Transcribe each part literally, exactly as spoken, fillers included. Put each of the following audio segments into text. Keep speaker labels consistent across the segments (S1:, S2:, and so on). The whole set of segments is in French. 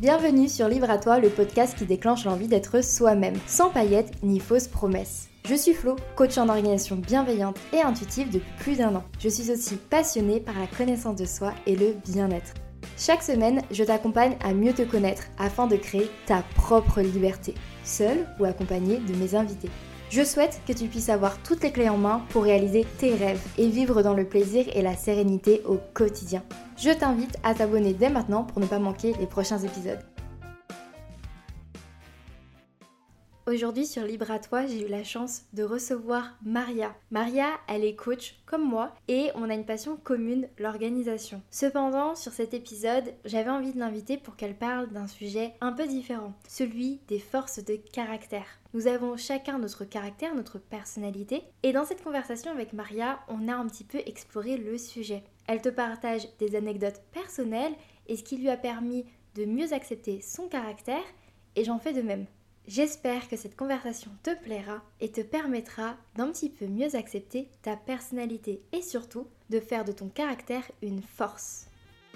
S1: Bienvenue sur Libre à toi, le podcast qui déclenche l'envie d'être soi-même, sans paillettes ni fausses promesses. Je suis Flo, coach en organisation bienveillante et intuitive depuis plus d'un an. Je suis aussi passionnée par la connaissance de soi et le bien-être. Chaque semaine, je t'accompagne à mieux te connaître afin de créer ta propre liberté, seule ou accompagnée de mes invités. Je souhaite que tu puisses avoir toutes les clés en main pour réaliser tes rêves et vivre dans le plaisir et la sérénité au quotidien. Je t'invite à t'abonner dès maintenant pour ne pas manquer les prochains épisodes. Aujourd'hui sur Libre à toi, j'ai eu la chance de recevoir Maria. Maria, elle est coach comme moi et on a une passion commune, l'organisation. Cependant, sur cet épisode, j'avais envie de l'inviter pour qu'elle parle d'un sujet un peu différent, celui des forces de caractère. Nous avons chacun notre caractère, notre personnalité et dans cette conversation avec Maria, on a un petit peu exploré le sujet. Elle te partage des anecdotes personnelles et ce qui lui a permis de mieux accepter son caractère et j'en fais de même. J'espère que cette conversation te plaira et te permettra d'un petit peu mieux accepter ta personnalité et surtout de faire de ton caractère une force.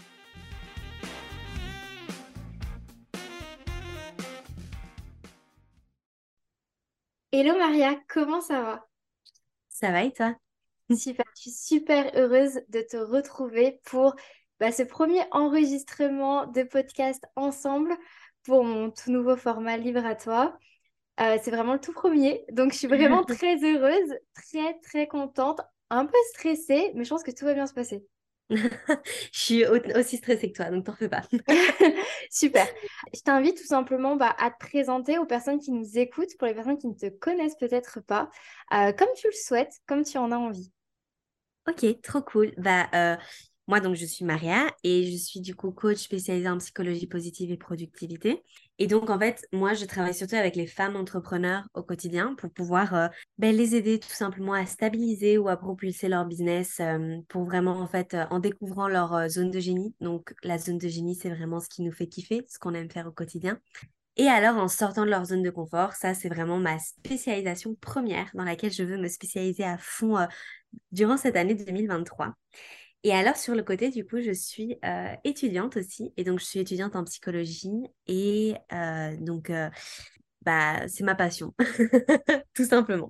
S1: Hello Maria, comment ça va?
S2: Ça va et toi?
S1: Super, je suis super heureuse de te retrouver pour bah, ce premier enregistrement de podcast ensemble pour mon tout nouveau format Libre à toi. Euh, c'est vraiment le tout premier, donc je suis vraiment très heureuse, très très contente, un peu stressée, mais je pense que tout va bien se passer.
S2: Je suis au- aussi stressée que toi, donc t'en fais pas.
S1: Super. Je t'invite tout simplement bah, à te présenter aux personnes qui nous écoutent, pour les personnes qui ne te connaissent peut-être pas, euh, comme tu le souhaites, comme tu en as envie.
S2: Ok, trop cool. Bah, euh, moi, donc, je suis Maria et je suis du coup coach spécialisée en psychologie positive et productivité. Et donc, en fait, moi, je travaille surtout avec les femmes entrepreneurs au quotidien pour pouvoir euh, ben, les aider tout simplement à stabiliser ou à propulser leur business euh, pour vraiment, en fait, euh, en découvrant leur euh, zone de génie. Donc, la zone de génie, c'est vraiment ce qui nous fait kiffer, ce qu'on aime faire au quotidien. Et alors, en sortant de leur zone de confort, ça, c'est vraiment ma spécialisation première dans laquelle je veux me spécialiser à fond euh, durant cette année deux mille vingt-trois. Et alors, sur le côté, du coup, je suis euh, étudiante aussi. Et donc, je suis étudiante en psychologie. Et euh, donc, euh, bah, c'est ma passion, tout simplement.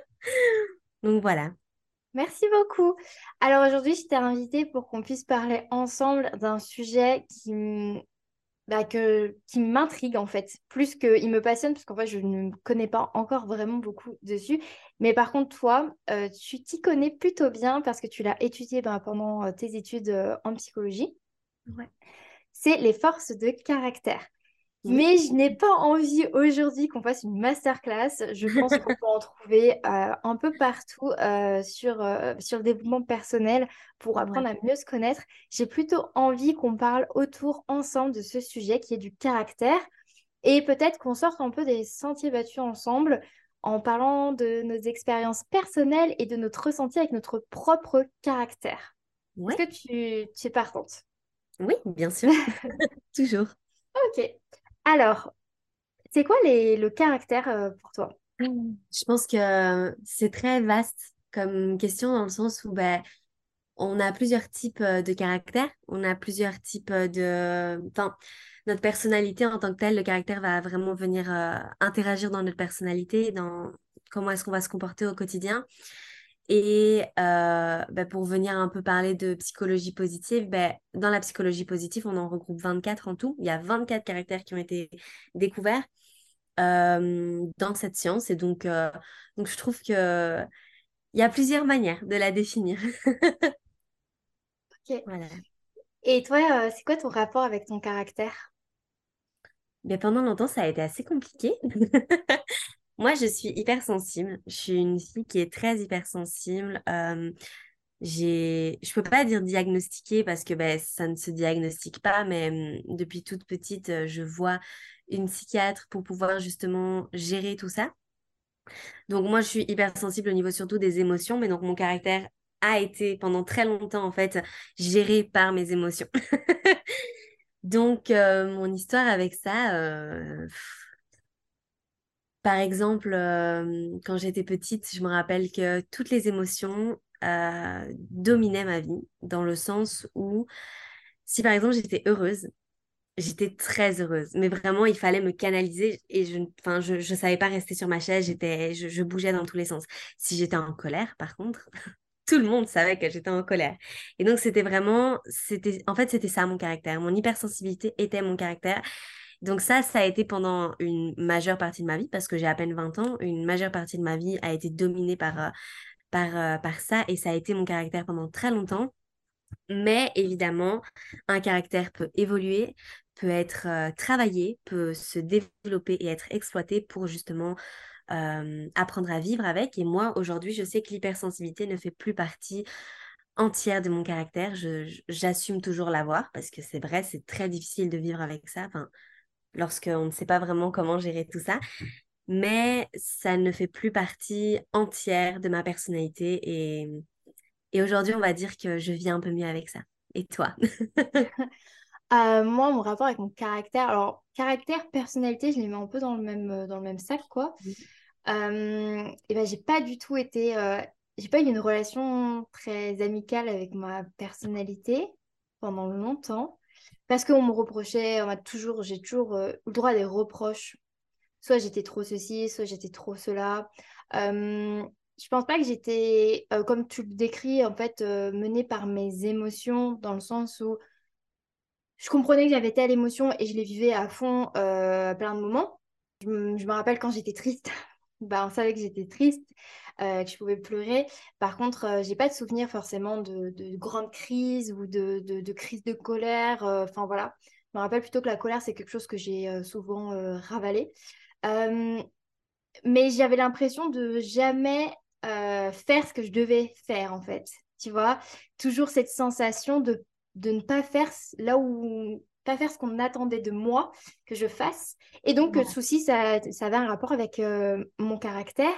S2: Donc, voilà.
S1: Merci beaucoup. Alors aujourd'hui, je t'ai invitée pour qu'on puisse parler ensemble d'un sujet qui, m- bah, que, qui m'intrigue en fait, plus qu'il me passionne, parce qu'en fait, je ne me connais pas encore vraiment beaucoup dessus. Mais par contre, toi, euh, tu t'y connais plutôt bien parce que tu l'as étudié bah, pendant euh, tes études euh, en psychologie.
S2: Ouais.
S1: C'est les forces de caractère.
S2: Oui.
S1: Mais je n'ai pas envie aujourd'hui qu'on fasse une masterclass. Je pense qu'on peut en trouver euh, un peu partout euh, sur, euh, sur le développement personnel pour
S2: Ouais.
S1: apprendre à mieux se connaître. J'ai plutôt envie qu'on parle autour ensemble de ce sujet qui est du caractère et peut-être qu'on sorte un peu des sentiers battus ensemble en parlant de nos expériences personnelles et de notre ressenti avec notre propre caractère. Est-ce
S2: Ouais.
S1: que tu, tu es partante?
S2: Oui, bien sûr. Toujours.
S1: Ok. Alors, c'est quoi les, le caractère euh, pour toi?
S2: Je pense que c'est très vaste comme question dans le sens où ben, on a plusieurs types euh, de caractères, on a plusieurs types euh, de... Enfin, notre personnalité en tant que telle, le caractère va vraiment venir euh, interagir dans notre personnalité, dans comment est-ce qu'on va se comporter au quotidien. Et euh, ben, pour venir un peu parler de psychologie positive, ben, dans la psychologie positive, on en regroupe vingt-quatre en tout. Il y a vingt-quatre caractères qui ont été découverts euh, dans cette science. Et donc, euh, donc je trouve que il y a plusieurs manières de la définir.
S1: Ok.
S2: Voilà.
S1: Et toi, euh, c'est quoi ton rapport avec ton caractère?
S2: Mais pendant longtemps, ça a été assez compliqué. Moi, je suis hypersensible. Je suis une fille qui est très hypersensible. Euh, j'ai... Je peux pas dire diagnostiquer parce que ben, ça ne se diagnostique pas, mais hum, depuis toute petite, euh, je vois une psychiatre pour pouvoir justement gérer tout ça. Donc moi, je suis hypersensible au niveau surtout des émotions, mais donc mon caractère a été pendant très longtemps en fait géré par mes émotions. Donc euh, mon histoire avec ça, euh, par exemple, euh, quand j'étais petite, je me rappelle que toutes les émotions euh, dominaient ma vie, dans le sens où si par exemple j'étais heureuse, j'étais très heureuse. Mais vraiment, il fallait me canaliser et je, enfin, je, je savais pas rester sur ma chaise, j'étais, je, je bougeais dans tous les sens. Si j'étais en colère, par contre, tout le monde savait que j'étais en colère. Et donc, c'était vraiment, c'était, en fait, c'était ça mon caractère. Mon hypersensibilité était mon caractère. Donc ça, ça a été pendant une majeure partie de ma vie, parce que j'ai à peine vingt ans, une majeure partie de ma vie a été dominée par, euh, par, euh, par ça, et ça a été mon caractère pendant très longtemps. Mais évidemment, un caractère peut évoluer, peut être euh, travaillé, peut se développer et être exploité pour justement euh, apprendre à vivre avec. Et moi, aujourd'hui, je sais que l'hypersensibilité ne fait plus partie entière de mon caractère. Je, je- j'assume toujours l'avoir parce que c'est vrai, c'est très difficile de vivre avec ça. Enfin, lorsqu'on ne sait pas vraiment comment gérer tout ça. Mais ça ne fait plus partie entière de ma personnalité. Et, et aujourd'hui, on va dire que je vis un peu mieux avec ça. Et toi?
S1: Euh, moi, mon rapport avec mon caractère, alors caractère, personnalité, je les mets un peu dans le même, euh, dans le même sac, quoi. Euh, et ben, j'ai pas du tout été, euh, j'ai pas eu une relation très amicale avec ma personnalité pendant longtemps, parce qu'on me reprochait, on m'a toujours, j'ai toujours euh, eu le droit à des reproches. Soit j'étais trop ceci, soit j'étais trop cela. Euh, je pense pas que j'étais, euh, comme tu le décris, en fait, euh, menée par mes émotions, dans le sens où je comprenais que j'avais telle émotion et je les vivais à fond euh, à plein de moments. Je me, je me rappelle quand j'étais triste, bah, on savait que j'étais triste, euh, que je pouvais pleurer. Par contre, euh, j'ai pas de souvenir forcément de, de grandes crises ou de, de, de crises de colère. euh, Enfin voilà, je me rappelle plutôt que la colère, c'est quelque chose que j'ai euh, souvent euh, ravalé. Euh, mais j'avais l'impression de jamais euh, faire ce que je devais faire en fait. Tu vois, toujours cette sensation de, de ne pas faire c- là où pas faire ce qu'on attendait de moi que je fasse. Et donc, le
S2: Ouais.
S1: souci, ça, ça avait un rapport avec euh, mon caractère.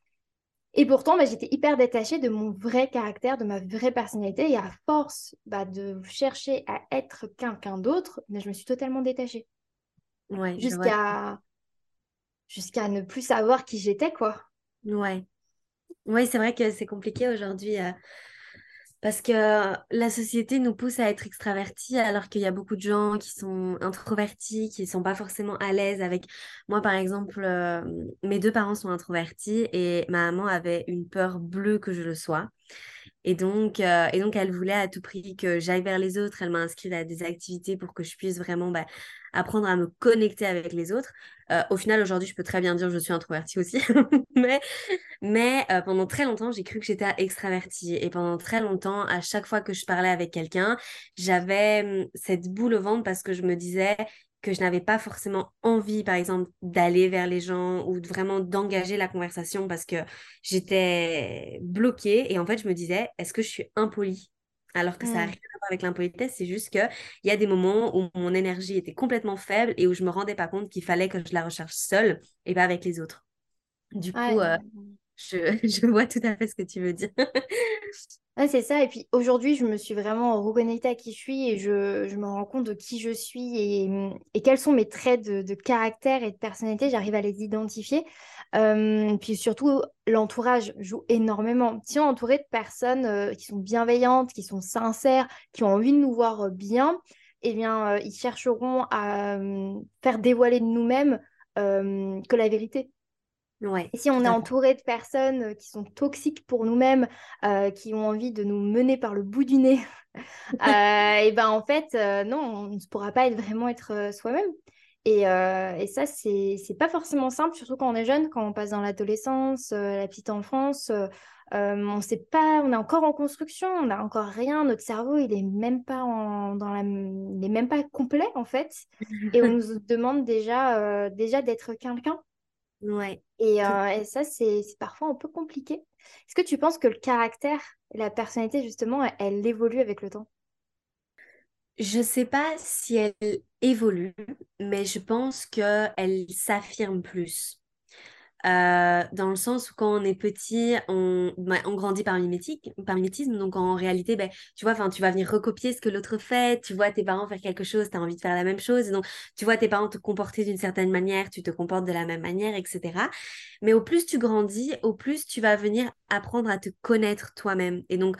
S1: Et pourtant, bah, j'étais hyper détachée de mon vrai caractère, de ma vraie personnalité. Et à force bah, de chercher à être quelqu'un d'autre, bah, je me suis totalement détachée.
S2: Ouais, je vois.
S1: Jusqu'à jusqu'à ne plus savoir qui j'étais, quoi.
S2: Ouais. Ouais, c'est vrai que c'est compliqué aujourd'hui euh, parce que euh, la société nous pousse à être extravertis alors qu'il y a beaucoup de gens qui sont introvertis, qui sont pas forcément à l'aise avec. Moi, par exemple, euh, mes deux parents sont introvertis et ma maman avait une peur bleue que je le sois. Et donc, euh, et donc, elle voulait à tout prix que j'aille vers les autres. Elle m'a inscrite à des activités pour que je puisse vraiment bah, apprendre à me connecter avec les autres. Euh, au final, aujourd'hui, je peux très bien dire que je suis introvertie aussi. Mais, mais euh, pendant très longtemps, j'ai cru que j'étais extravertie. Et pendant très longtemps, à chaque fois que je parlais avec quelqu'un, j'avais hum, cette boule au ventre parce que je me disais que je n'avais pas forcément envie, par exemple, d'aller vers les gens ou de vraiment d'engager la conversation parce que j'étais bloquée et en fait, je me disais, est-ce que je suis impolie? Alors que ça n'a rien à voir avec l'impolitesse, c'est juste qu'il y a des moments où mon énergie était complètement faible et où je me rendais pas compte qu'il fallait que je la recherche seule et pas avec les autres. Du coup,
S1: Ouais.
S2: euh, je, je vois tout à fait ce que tu veux dire.
S1: Ouais, c'est ça. Et puis aujourd'hui, je me suis vraiment reconnectée à qui je suis et je, je me rends compte de qui je suis et, et quels sont mes traits de, de caractère et de personnalité. J'arrive à les identifier. Euh, puis surtout, l'entourage joue énormément. Si on est entouré de personnes euh, qui sont bienveillantes, qui sont sincères, qui ont envie de nous voir euh, bien, eh bien, euh, ils chercheront à euh, faire dévoiler de nous-mêmes euh, que la vérité.
S2: Ouais,
S1: Et si
S2: tout
S1: on est
S2: à fait.
S1: entouré de personnes euh, qui sont toxiques pour nous-mêmes, euh, qui ont envie de nous mener par le bout du nez, euh, et ben en fait, euh, non, on ne pourra pas être, vraiment être euh, soi-même. Et, euh, et ça, c'est, c'est pas forcément simple, surtout quand on est jeune, quand on passe dans l'adolescence, euh, la petite enfance. Euh, euh, on sait pas, on est encore en construction, on n'a encore rien. Notre cerveau, il est même pas en, dans la, il est même pas complet en fait. Et on nous demande déjà, euh, déjà d'être quelqu'un.
S2: Ouais.
S1: Et,
S2: Tout-
S1: euh, et ça, c'est c'est parfois un peu compliqué. Est-ce que tu penses que le caractère, la personnalité, justement, elle, elle évolue avec le temps?
S2: Je sais pas si elle évolue, mais je pense qu'elle s'affirme plus. Euh, dans le sens où quand on est petit, on, bah, on grandit par mimétique, par mimétisme. Donc en réalité, ben, tu vois, enfin, tu vas venir recopier ce que l'autre fait. Tu vois tes parents faire quelque chose, tu as envie de faire la même chose. Et donc, tu vois tes parents te comporter d'une certaine manière, tu te comportes de la même manière, et cetera. Mais au plus tu grandis, au plus tu vas venir apprendre à te connaître toi-même. Et donc,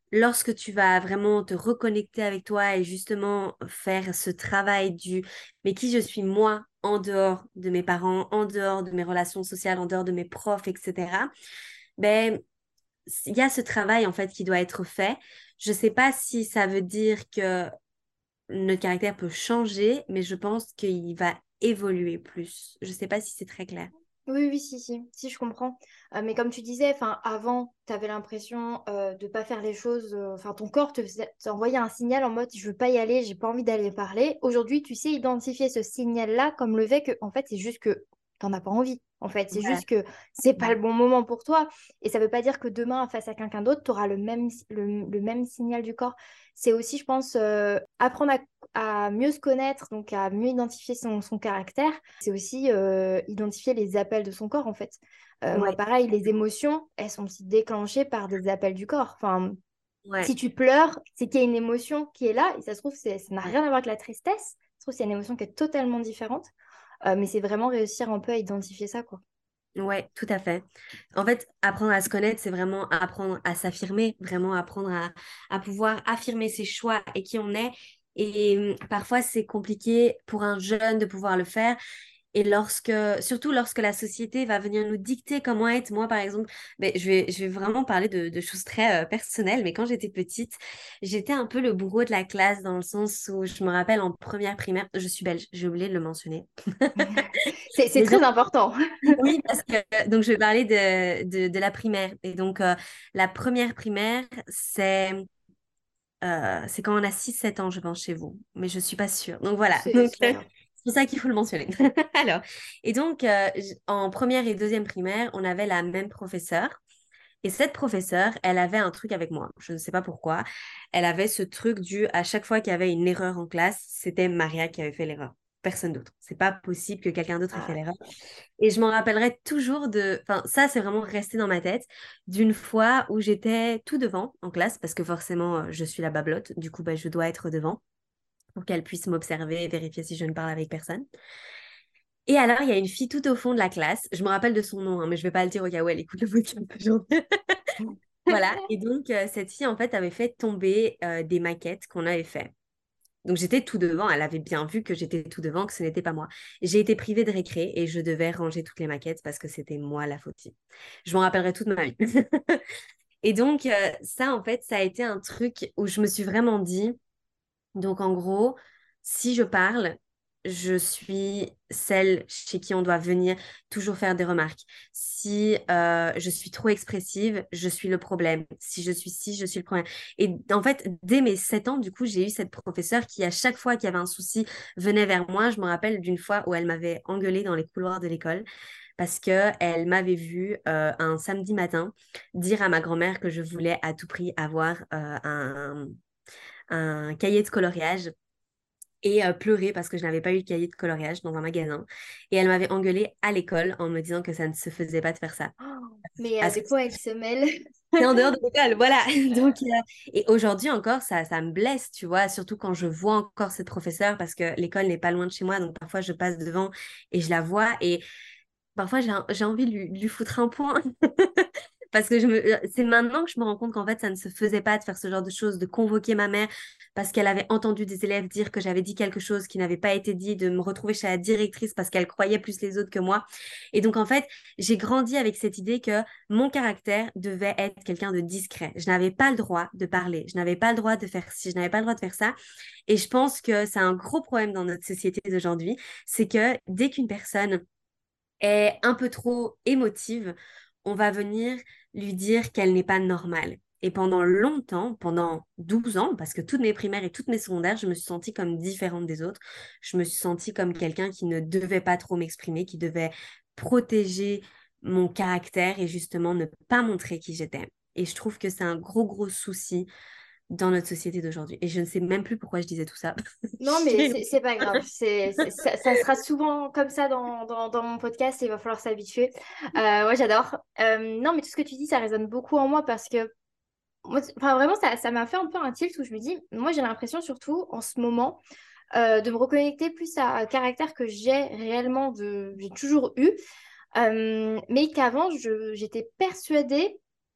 S2: lorsque tu vas vraiment te reconnecter avec toi et justement faire ce travail du mais qui je suis moi en dehors de mes parents, en dehors de mes relations sociales, en dehors de mes profs, et cetera, ben, il y a ce travail en fait qui doit être fait. Je ne sais pas si ça veut dire que notre caractère peut changer, mais je pense qu'il va évoluer plus. Je ne sais pas si c'est très clair.
S1: Oui, oui, si, si, si, je comprends. Euh, mais comme tu disais, enfin, avant, tu avais l'impression euh, de pas faire les choses. euh, Enfin, ton corps te faisait- t'envoyait un signal en mode je veux pas y aller, j'ai pas envie d'aller parler. Aujourd'hui, tu sais identifier ce signal-là comme le fait que, en fait, c'est juste que t'en as pas envie. En fait, c'est
S2: Voilà.
S1: juste que c'est pas
S2: Ouais.
S1: le bon moment pour toi. Et ça veut pas dire que demain, face à quelqu'un d'autre, tu auras le même, si- le, le même signal du corps. C'est aussi, je pense, euh, apprendre à, à mieux se connaître, donc à mieux identifier son, son caractère. C'est aussi euh, identifier les appels de son corps, en fait. Euh, moi,
S2: Ouais.
S1: pareil, les émotions, elles sont aussi déclenchées par des appels du corps. Enfin,
S2: Ouais.
S1: si tu pleures, c'est qu'il y a une émotion qui est là, et ça se trouve, c'est- ça n'a rien à voir avec la tristesse. Ça se trouve, c'est une émotion qui est totalement différente. Euh, mais c'est vraiment réussir un peu à identifier ça, quoi.
S2: Ouais, tout à fait. En fait, apprendre à se connaître, c'est vraiment apprendre à s'affirmer, vraiment apprendre à, à pouvoir affirmer ses choix et qui on est. Et hum, parfois, c'est compliqué pour un jeune de pouvoir le faire. Et lorsque, surtout lorsque la société va venir nous dicter comment être, moi par exemple, ben, je vais, je vais vraiment parler de, de choses très euh, personnelles, mais quand j'étais petite, j'étais un peu le bourreau de la classe dans le sens où je me rappelle en première primaire, je suis belge, j'ai oublié de le mentionner.
S1: C'est c'est
S2: Les gens
S1: très important.
S2: oui, parce que donc je vais parler de, de, de la primaire. Et donc euh, la première primaire, c'est euh, c'est quand on a six sept ans, je pense, chez vous. Mais je suis pas sûre. Donc voilà.
S1: C'est
S2: Donc
S1: c'est pas
S2: euh,
S1: grave.
S2: c'est pour ça qu'il faut le mentionner. Alors, et donc euh, j- en première et deuxième primaire, on avait la même professeure. Et cette professeure, elle avait un truc avec moi. Je ne sais pas pourquoi. Elle avait ce truc du à chaque fois qu'il y avait une erreur en classe, c'était Maria qui avait fait l'erreur. Personne d'autre. C'est pas possible que quelqu'un d'autre ait fait
S1: Ah,
S2: l'erreur. Et je m'en rappellerai toujours de... Enfin, ça, c'est vraiment resté dans ma tête d'une fois où j'étais tout devant en classe, parce que forcément, euh, je suis la bablote. Du coup, bah, je dois être devant pour qu'elle puisse m'observer et vérifier si je ne parle avec personne. Et alors, il y a une fille tout au fond de la classe. Je me rappelle de son nom, hein, mais je vais pas le dire au cas où elle écoute le podcast aujourd'hui. Voilà. Et donc, euh, cette fille, en fait, avait fait tomber euh, des maquettes qu'on avait fait. Donc j'étais tout devant, elle avait bien vu que j'étais tout devant, que ce n'était pas moi. J'ai été privée de récré et je devais ranger toutes les maquettes parce que c'était moi la fautive. Je m'en rappellerai toute ma vie. Et donc euh, ça, en fait, ça a été un truc où je me suis vraiment dit, donc en gros, si je parle, je suis celle chez qui on doit venir toujours faire des remarques. Si euh, je suis trop expressive, je suis le problème. Si je suis ci, je suis le problème. Et en fait, dès mes sept ans, du coup, j'ai eu cette professeure qui, à chaque fois qu'il y avait un souci, venait vers moi. Je me rappelle d'une fois où elle m'avait engueulée dans les couloirs de l'école parce qu'elle m'avait vue euh, un samedi matin dire à ma grand-mère que je voulais à tout prix avoir euh, un un cahier de coloriage et euh, pleurer parce que je n'avais pas eu de cahier de coloriage dans un magasin. Et elle m'avait engueulée à l'école en me disant que ça ne se faisait pas de faire ça.
S1: oh, mais à
S2: Parce
S1: des
S2: que
S1: points, elle se mêle.
S2: c'est en dehors de l'école, voilà. Donc, euh, et aujourd'hui encore, ça, ça me blesse, tu vois, surtout quand je vois encore cette professeure parce que l'école n'est pas loin de chez moi. Donc parfois, je passe devant et je la vois. Et parfois, j'ai j'ai envie de lui, de lui foutre un point. Parce que je me... euh, c'est maintenant que je me rends compte qu'en fait, ça ne se faisait pas de faire ce genre de choses, de convoquer ma mère parce qu'elle avait entendu des élèves dire que j'avais dit quelque chose qui n'avait pas été dit, de me retrouver chez la directrice parce qu'elle croyait plus les autres que moi. Et donc, en fait, j'ai grandi avec cette idée que mon caractère devait être quelqu'un de discret. Je n'avais pas le droit de parler, je n'avais pas le droit de faire ci, je n'avais pas le droit de faire ça. Et je pense que c'est un gros problème dans notre société d'aujourd'hui, c'est que dès qu'une personne est un peu trop émotive, on va venir lui dire qu'elle n'est pas normale. Et pendant longtemps, pendant douze ans, parce que toutes mes primaires et toutes mes secondaires, je me suis sentie comme différente des autres. Je me suis sentie comme quelqu'un qui ne devait pas trop m'exprimer, qui devait protéger mon caractère et justement ne pas montrer qui j'étais. Et je trouve que c'est un gros, gros souci dans notre société d'aujourd'hui. Et je ne sais même plus pourquoi je disais tout ça.
S1: Non, mais c'est c'est pas grave. C'est, c'est- ça, ça sera souvent comme ça dans, dans, dans mon podcast et il va falloir s'habituer. Euh, moi, j'adore. Euh, non, mais tout ce que tu dis, ça résonne beaucoup en moi parce que, moi, c- enfin, vraiment, ça, ça m'a fait un peu un tilt où je me dis, moi, j'ai l'impression, surtout en ce moment, euh, de me reconnecter plus à un caractère que j'ai réellement, de, j'ai toujours eu, Euh, mais qu'avant, je, j'étais persuadée.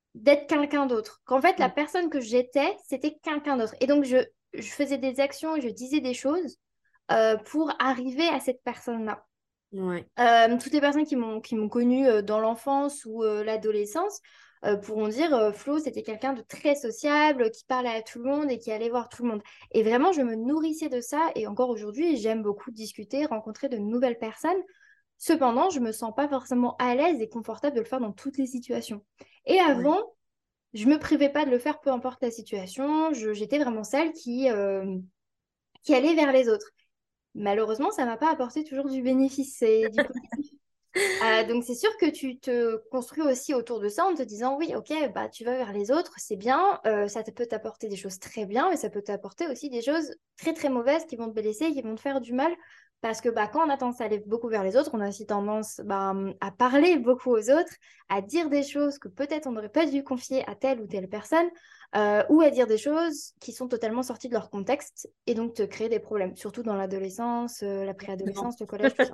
S1: d'être quelqu'un d'autre. Qu'en fait, la
S2: Mm.
S1: personne que j'étais, c'était quelqu'un d'autre. Et donc, je, je faisais des actions et je disais des choses euh, pour arriver à cette personne-là.
S2: Ouais,
S1: Euh, toutes les personnes qui m'ont qui m'ont connue euh, dans l'enfance ou euh, l'adolescence euh, pourront dire euh, Flo, c'était quelqu'un de très sociable, qui parlait à tout le monde et qui allait voir tout le monde. Et vraiment, je me nourrissais de ça. Et encore aujourd'hui, j'aime beaucoup discuter, rencontrer de nouvelles personnes. Cependant, je me sens pas forcément à l'aise et confortable de le faire dans toutes les situations. Et
S2: ouais.
S1: avant, je me privais pas de le faire, peu importe la situation. Je- j'étais vraiment celle qui, euh, qui allait vers les autres. Malheureusement, ça m'a pas apporté toujours du bénéfice et du positif. Euh, donc c'est sûr que tu te construis aussi autour de ça en te disant oui, ok, bah tu vas vers les autres, c'est bien, euh, ça te- peut t'apporter des choses très bien, mais ça peut t'apporter aussi des choses très très mauvaises qui vont te blesser, qui vont te faire du mal. Parce que bah, quand on a tendance à aller beaucoup vers les autres, on a aussi tendance bah, à parler beaucoup aux autres, à dire des choses que peut-être on n'aurait pas dû confier à telle ou telle personne, euh, ou à dire des choses qui sont totalement sorties de leur contexte et donc te créer des problèmes, surtout dans l'adolescence, euh, la
S2: Non.
S1: préadolescence, le collège, tout ça.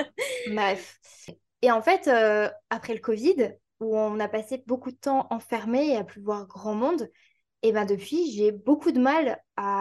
S1: Bref. Et en fait, euh, après le Covid, où on a passé beaucoup de temps enfermés et à plus voir grand monde, et ben depuis, j'ai beaucoup de mal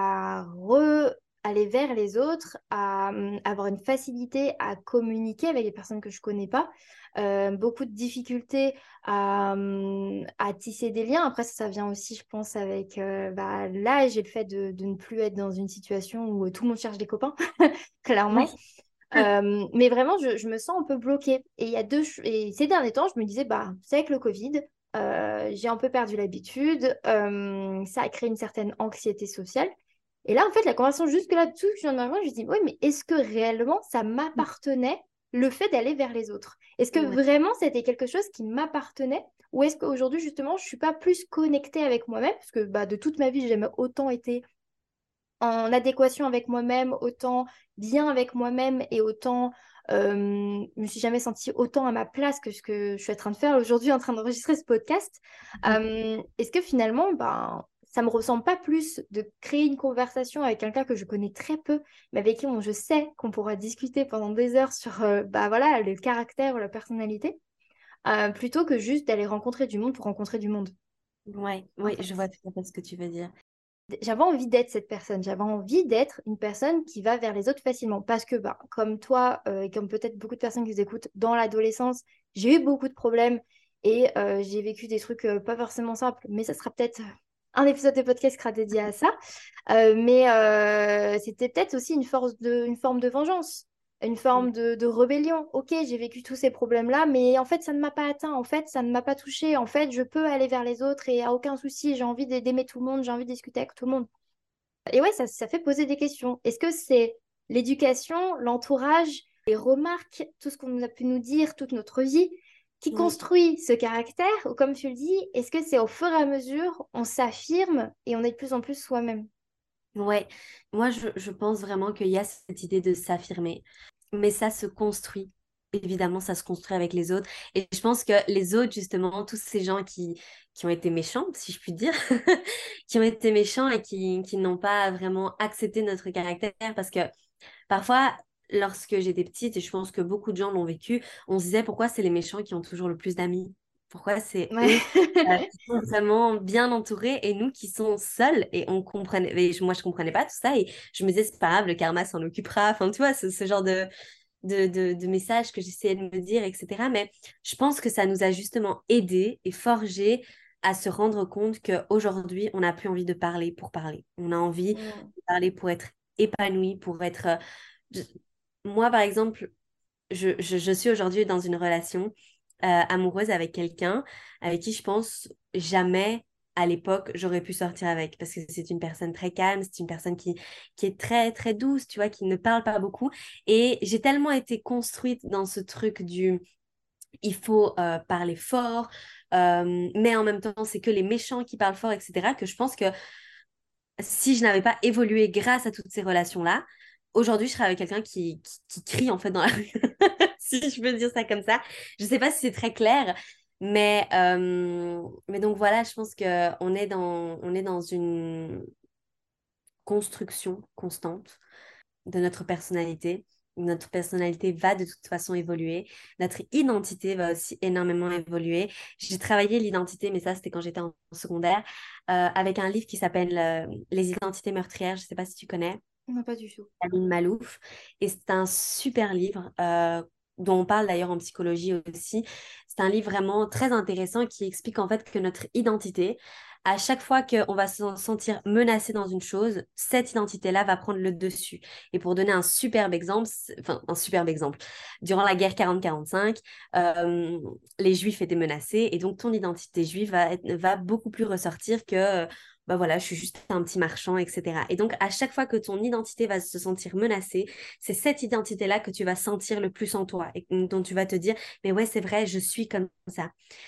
S1: à re- aller vers les autres, à hum, avoir une facilité à communiquer avec les personnes que je connais pas, euh, beaucoup de difficultés à, hum, à tisser des liens. Après, ça, ça vient aussi, je pense, avec euh, bah, l'âge et le fait de, de ne plus être dans une situation où tout le monde cherche des copains, clairement.
S2: Oui.
S1: Euh, mais vraiment, je, je me sens un peu bloquée. Et, il y a deux, ch- et ces derniers temps, je me disais, bah, c'est avec le Covid, euh, j'ai un peu perdu l'habitude, euh, ça a créé une certaine anxiété sociale. Et là, en fait, la conversation jusque là-dessous, je viens de je me dis, oui, mais est-ce que réellement ça m'appartenait le fait d'aller vers les autres? Est-ce que
S2: Ouais.
S1: vraiment c'était quelque chose qui m'appartenait? Ou est-ce qu'aujourd'hui, justement, je suis pas plus connectée avec moi-même? Parce que bah, de toute ma vie, j'ai jamais autant été en adéquation avec moi-même, autant bien avec moi-même et autant euh, je me suis jamais sentie autant à ma place que ce que je suis en train de faire aujourd'hui en train d'enregistrer ce podcast. Euh, est-ce que finalement, ben, ça me ressemble pas plus de créer une conversation avec quelqu'un que je connais très peu, mais avec qui on- je sais qu'on pourra discuter pendant des heures sur euh, bah, voilà, le caractère ou la personnalité, euh, plutôt que juste d'aller rencontrer du monde pour rencontrer du monde,
S2: Ouais,
S1: en
S2: ouais, je
S1: fait.
S2: vois tout à fait ce que tu veux dire.
S1: J'avais envie d'être cette personne. J'avais envie d'être une personne qui va vers les autres facilement. Parce que, bah, comme toi, euh, et comme peut-être beaucoup de personnes qui nous écoutent, dans l'adolescence, j'ai eu beaucoup de problèmes et euh, j'ai vécu des trucs euh, pas forcément simples. Mais ça sera peut-être un épisode de podcast qui sera dédié à ça. Euh, mais euh, c'était peut-être aussi une force de, une forme de vengeance, une
S2: Mm.
S1: forme de, de rébellion. Ok, j'ai vécu tous ces problèmes-là, mais en fait, ça ne m'a pas atteint. En fait, ça ne m'a pas touché. En fait, je peux aller vers les autres et à aucun souci. J'ai envie d'aimer tout le monde, j'ai envie de discuter avec tout le monde. Et ouais, ça, ça fait poser des questions. Est-ce que c'est l'éducation, l'entourage, les remarques, tout ce qu'on a pu nous dire, toute notre vie, qui
S2: Oui,
S1: construit ce caractère? Ou comme tu le dis, est-ce que c'est au fur et à mesure, on s'affirme et on est de plus en plus soi-même?
S2: ouais. Moi, je, je pense vraiment qu'il y a cette idée de s'affirmer, mais ça se construit. Évidemment, ça se construit avec les autres. Et je pense que les autres, justement, tous ces gens qui, qui ont été méchants, si je puis dire, qui ont été méchants et qui, qui n'ont pas vraiment accepté notre caractère, parce que parfois, lorsque j'étais petite, et je pense que beaucoup de gens l'ont vécu, on se disait pourquoi c'est les méchants qui ont toujours le plus d'amis? Pourquoi c'est
S1: Ouais.
S2: eux euh, qui sont vraiment bien entourés et nous qui sommes seuls et on comprenait, et je- moi je comprenais pas tout ça et je me disais c'est pas grave, le karma s'en occupera, enfin tu vois, ce, ce genre de, de, de, de messages que j'essayais de me dire, et cetera. Mais je pense que ça nous a justement aidés et forgés à se rendre compte qu'aujourd'hui, on n'a plus envie de parler pour parler. On a envie
S1: Mm.
S2: de parler pour être épanoui, pour être... euh, je- Moi, par exemple, je, je, je suis aujourd'hui dans une relation euh, amoureuse avec quelqu'un avec qui je pense jamais à l'époque j'aurais pu sortir avec parce que c'est une personne très calme, c'est une personne qui, qui est très très douce, tu vois, qui ne parle pas beaucoup. Et j'ai tellement été construite dans ce truc du il faut euh, parler fort, euh, mais en même temps c'est que les méchants qui parlent fort, et cetera, que je pense que si je n'avais pas évolué grâce à toutes ces relations-là, aujourd'hui, je serais avec quelqu'un qui, qui, qui crie en fait dans la rue, si je peux dire ça comme ça. Je ne sais pas si c'est très clair, mais, euh, mais donc voilà, je pense qu'on est dans, on est dans une construction constante de notre personnalité. Notre personnalité va de toute façon évoluer. Notre identité va aussi énormément évoluer. J'ai travaillé l'identité, mais ça, c'était quand j'étais en secondaire, euh, avec un livre qui s'appelle euh, Les identités meurtrières. Je ne sais pas si tu connais.
S1: Non, pas du tout.
S2: Aline Malouf. Et c'est un super livre euh, dont on parle d'ailleurs en psychologie aussi. C'est un livre vraiment très intéressant qui explique en fait que notre identité, à chaque fois qu'on va se sentir menacé dans une chose, cette identité-là va prendre le dessus. Et pour donner un superbe exemple, c'est- enfin un superbe exemple, durant la guerre quarante quarante-cinq, euh, les Juifs étaient menacés et donc ton identité juive va, être- va beaucoup plus ressortir que bah voilà, je suis juste un petit marchand, et cetera. Et donc, à chaque fois que ton identité va se sentir menacée, c'est cette identité-là que tu vas sentir le plus en toi et dont tu vas te dire, mais ouais, c'est vrai, je suis comme ça.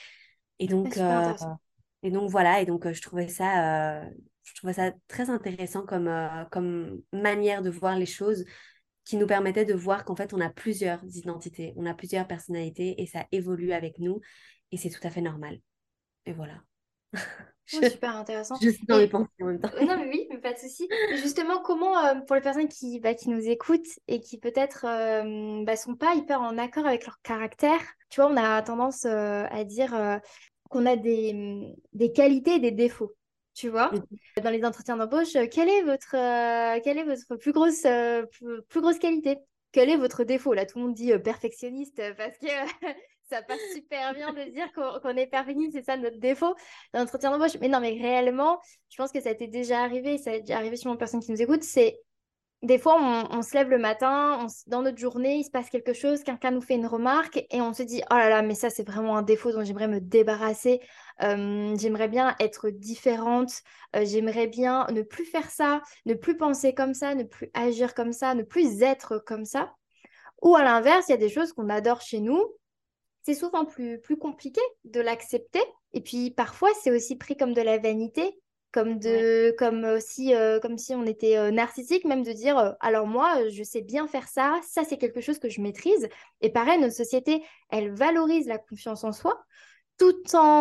S2: Et
S1: C'est
S2: donc,
S1: super
S2: euh,
S1: intéressant.
S2: et donc voilà, et donc euh, je trouvais ça, euh, je trouvais ça très intéressant comme, euh, comme manière de voir les choses qui nous permettait de voir qu'en fait, on a plusieurs identités, on a plusieurs personnalités et ça évolue avec nous et c'est tout à fait normal. Et voilà.
S1: Ouais,
S2: Je,
S1: super intéressant.
S2: je suis dans mes
S1: Et
S2: pensées en même temps.
S1: euh, non, mais oui, mais pas de souci. Et justement, comment, euh, pour les personnes qui, bah, qui nous écoutent et qui peut-être euh, bah, sont pas hyper en accord avec leur caractère, tu vois, on a tendance euh, à dire euh, qu'on a des, des qualités et des défauts. Tu vois, dans les entretiens d'embauche, euh, quelle est votre, euh, quelle est votre plus grosse, euh, plus, plus grosse qualité? Quel est votre défaut? Là, tout le monde dit euh, perfectionniste euh, parce que ça passe super bien de dire qu'on qu'on est perfectionniste, c'est ça notre défaut dans l'entretien d'embauche. Mais non, mais réellement, je pense que ça t'est déjà arrivé, ça est déjà arrivé sur une personne qui nous écoute, c'est des fois, on, on se lève le matin, on s- dans notre journée, il se passe quelque chose, quelqu'un nous fait une remarque et on se dit, oh là là, mais ça, c'est vraiment un défaut dont j'aimerais me débarrasser. Euh, j'aimerais bien être différente. Euh, j'aimerais bien ne plus faire ça, ne plus penser comme ça, ne plus agir comme ça, ne plus être comme ça. Ou à l'inverse, il y a des choses qu'on adore chez nous. C'est souvent plus, plus compliqué de l'accepter. Et puis parfois, c'est aussi pris comme de la vanité, comme,
S2: Ouais.
S1: de, comme, aussi, euh, comme si on était euh, narcissique, même de dire, euh, alors moi, euh, je sais bien faire ça, ça c'est quelque chose que je maîtrise. Et pareil, notre société, elle valorise la confiance en soi tout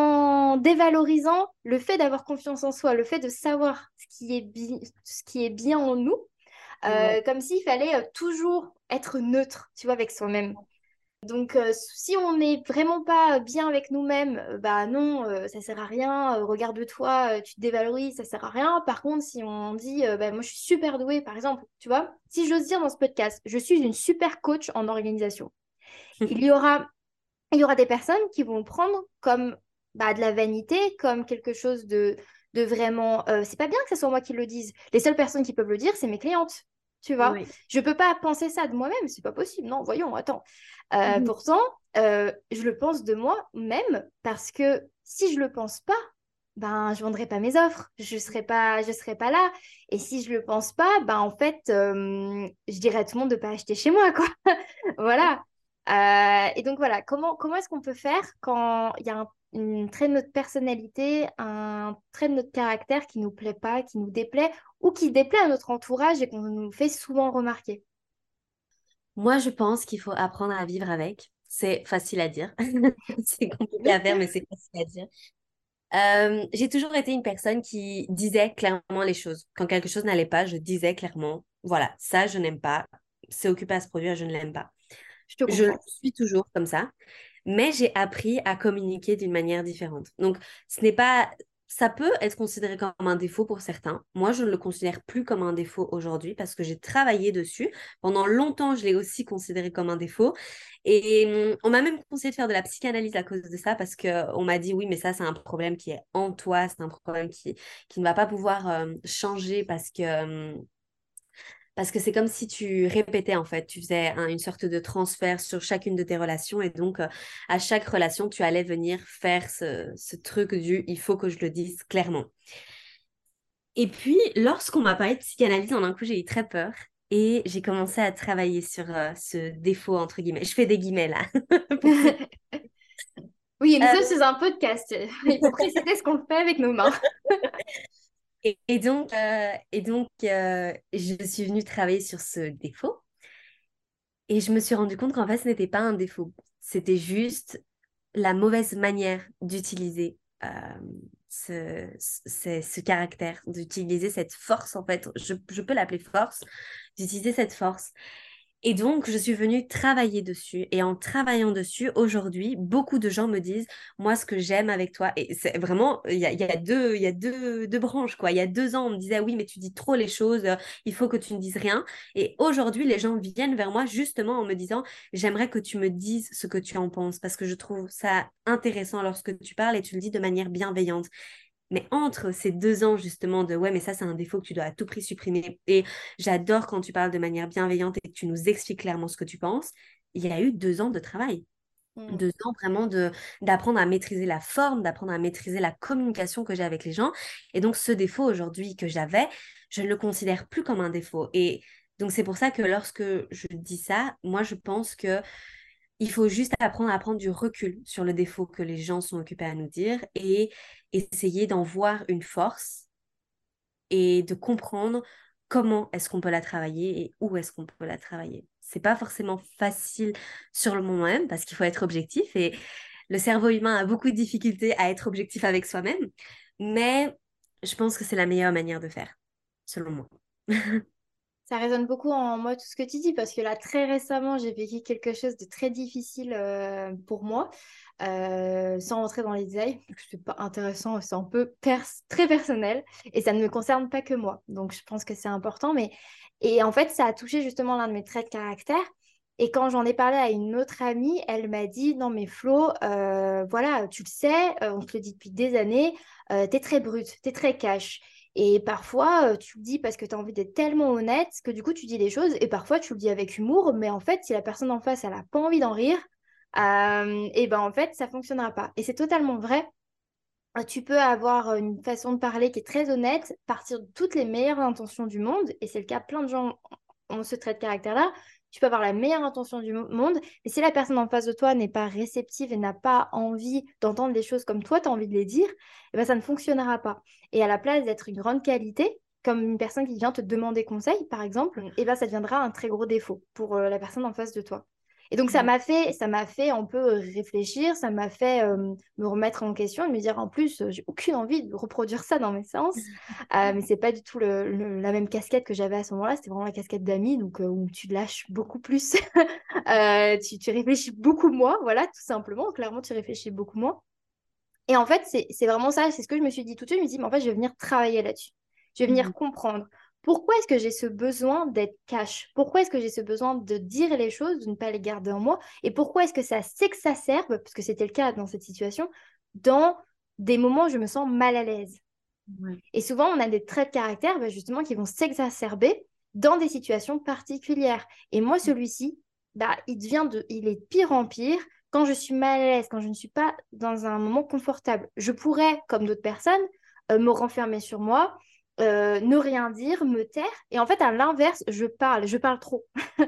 S1: en dévalorisant le fait d'avoir confiance en soi, le fait de savoir ce qui est, bi- ce qui est bien en nous,
S2: Ouais.
S1: euh, comme s'il fallait euh, toujours être neutre, tu vois, avec soi-même. Donc, euh, si on n'est vraiment pas bien avec nous-mêmes, euh, bah non, euh, ça sert à rien. euh, regarde-toi, euh, tu te dévalorises, ça sert à rien. Par contre, si on dit, euh, bah, moi je suis super douée, par exemple, tu vois, si j'ose dire dans ce podcast, je suis une super coach en organisation, il y aura, il y aura des personnes qui vont le prendre comme bah, de la vanité, comme quelque chose de, de vraiment. Euh, c'est pas bien que ce soit moi qui le dise. Les seules personnes qui peuvent le dire, c'est mes clientes. Tu vois,
S2: Oui.
S1: je peux pas penser ça de moi-même, c'est pas possible. Non, voyons, attends. Euh,
S2: Mhm.
S1: pourtant, euh, je le pense de moi-même parce que si je le pense pas, ben je vendrai pas mes offres, je serai pas, je serai pas là. Et si je le pense pas, ben en fait, euh, je dirais à tout le monde de pas acheter chez moi, quoi. Voilà. Euh, et donc voilà, comment, comment est-ce qu'on peut faire quand il y a un, une trait de notre personnalité, un trait de notre caractère qui nous plaît pas, qui nous déplaît ou qui déplaît à notre entourage et qu'on nous fait souvent remarquer?
S2: Moi, je pense qu'il faut apprendre à vivre avec. C'est facile à dire. C'est compliqué à faire, mais c'est facile à dire. Euh, j'ai toujours été une personne qui disait clairement les choses. Quand quelque chose n'allait pas, je disais clairement, voilà, ça, je n'aime pas. C'est occupé à se produire, je ne l'aime pas.
S1: Je te
S2: Je
S1: comprends.
S2: suis toujours comme ça. Mais j'ai appris à communiquer d'une manière différente. Donc, ce n'est pas, ça peut être considéré comme un défaut pour certains. Moi, je ne le considère plus comme un défaut aujourd'hui parce que j'ai travaillé dessus. Pendant longtemps, je l'ai aussi considéré comme un défaut. Et hum, on m'a même conseillé de faire de la psychanalyse à cause de ça parce que on m'a dit oui, mais ça, c'est un problème qui est en toi, c'est un problème qui, qui ne va pas pouvoir euh, changer parce que hum, parce que c'est comme si tu répétais en fait, tu faisais un- une sorte de transfert sur chacune de tes relations et donc euh, à chaque relation, tu allais venir faire ce, ce truc du il faut que je le dise clairement. Et puis, lorsqu'on m'a parlé de psychanalyse, en un coup, j'ai eu très peur et j'ai commencé à travailler sur euh, ce défaut, entre guillemets. Je fais des guillemets là. pour ceux-
S1: Oui, et nous sommes
S2: Euh,
S1: sur un podcast. Il faut préciser ce qu'on fait avec nos mains.
S2: et, et donc, euh, et donc euh, je suis venue travailler sur ce défaut. Et je me suis rendu compte qu'en fait, ce n'était pas un défaut. C'était juste la mauvaise manière d'utiliser euh, ce, ce, ce caractère, d'utiliser cette force, en fait. Je, je peux l'appeler force, d'utiliser cette force. Et donc, je suis venue travailler dessus. Et en travaillant dessus, aujourd'hui, beaucoup de gens me disent, moi, ce que j'aime avec toi, et c'est vraiment, il y a, il y a deux, il y a deux, deux branches, quoi. Il y a deux ans, on me disait, oui, mais tu dis trop les choses, euh, il faut que tu ne dises rien. Et aujourd'hui, les gens viennent vers moi justement en me disant, j'aimerais que tu me dises ce que tu en penses, parce que je trouve ça intéressant lorsque tu parles et tu le dis de manière bienveillante. Mais entre ces deux ans justement de ouais, mais ça c'est un défaut que tu dois à tout prix supprimer. Et j'adore quand tu parles de manière bienveillante et que tu nous expliques clairement ce que tu penses. Il y a eu deux ans de travail.
S1: Mm.
S2: Deux ans vraiment de d'apprendre à maîtriser la forme, d'apprendre à maîtriser la communication que j'ai avec les gens. Et donc ce défaut aujourd'hui que j'avais, je ne le considère plus comme un défaut. Et donc c'est pour ça que lorsque je dis ça, moi je pense que il faut juste apprendre à prendre du recul sur le défaut que les gens sont occupés à nous dire et essayer d'en voir une force et de comprendre comment est-ce qu'on peut la travailler et où est-ce qu'on peut la travailler. C'est pas forcément facile sur le moment même parce qu'il faut être objectif et le cerveau humain a beaucoup de difficultés à être objectif avec soi-même, mais je pense que c'est la meilleure manière de faire, selon moi.
S1: Ça résonne beaucoup en moi tout ce que tu dis parce que là très récemment j'ai vécu quelque chose de très difficile euh, pour moi euh, sans rentrer dans les détails parce que c'est pas intéressant, c'est un peu pers- très personnel et ça ne me concerne pas que moi donc je pense que c'est important mais et en fait ça a touché justement l'un de mes traits de caractère et quand j'en ai parlé à une autre amie elle m'a dit non mais Flo euh, voilà tu le sais euh, on te le dit depuis des années euh, t'es très brute, t'es très cash. Et parfois, euh, tu le dis parce que tu as envie d'être tellement honnête que du coup, tu dis les choses. Et parfois, tu le dis avec humour. Mais en fait, si la personne en face, elle n'a pas envie d'en rire, euh, et ben en fait, ça fonctionnera pas. Et c'est totalement vrai. Euh, Tu peux avoir une façon de parler qui est très honnête, partir de toutes les meilleures intentions du monde. Et c'est le cas, plein de gens ont ce trait de caractère-là. Tu peux avoir la meilleure intention du mo- monde, mais si la personne en face de toi n'est pas réceptive et n'a pas envie d'entendre les choses comme toi, tu as envie de les dire, eh ben, ça ne fonctionnera pas. Et à la place d'être une grande qualité, comme une personne qui vient te demander conseil, par exemple, eh ben, ça deviendra un très gros défaut pour euh, la personne en face de toi. Et donc ça
S2: Ouais.
S1: m'a fait, ça m'a fait un peu réfléchir, ça m'a fait euh, me remettre en question et me dire en plus, euh, j'ai aucune envie de reproduire ça dans mes séances. Euh, mais c'est pas du tout le- le- la même casquette que j'avais à ce moment-là, c'était vraiment la casquette d'amis, donc euh, où tu lâches beaucoup plus, Euh, tu, tu réfléchis beaucoup moins, voilà, tout simplement. Clairement, tu réfléchis beaucoup moins. Et en fait, c'est c'est vraiment ça, c'est ce que je me suis dit tout de suite. Je me suis dit, mais en fait, je vais venir travailler là-dessus. Je vais venir
S2: Mhm.
S1: comprendre. Pourquoi est-ce que j'ai ce besoin d'être cash? Pourquoi est-ce que j'ai ce besoin de dire les choses, de ne pas les garder en moi? Et pourquoi est-ce que ça s'exacerbe, parce que c'était le cas dans cette situation, dans des moments où je me sens mal à l'aise?
S2: Ouais.
S1: Et souvent, on a des traits de caractère bah, justement qui vont s'exacerber dans des situations particulières. Et moi, celui-ci, bah, il devient de, il est de pire en pire quand je suis mal à l'aise, quand je ne suis pas dans un moment confortable. Je pourrais, comme d'autres personnes, euh, me renfermer sur moi, euh, ne rien dire, me taire. Et en fait, à l'inverse, je parle, je parle trop.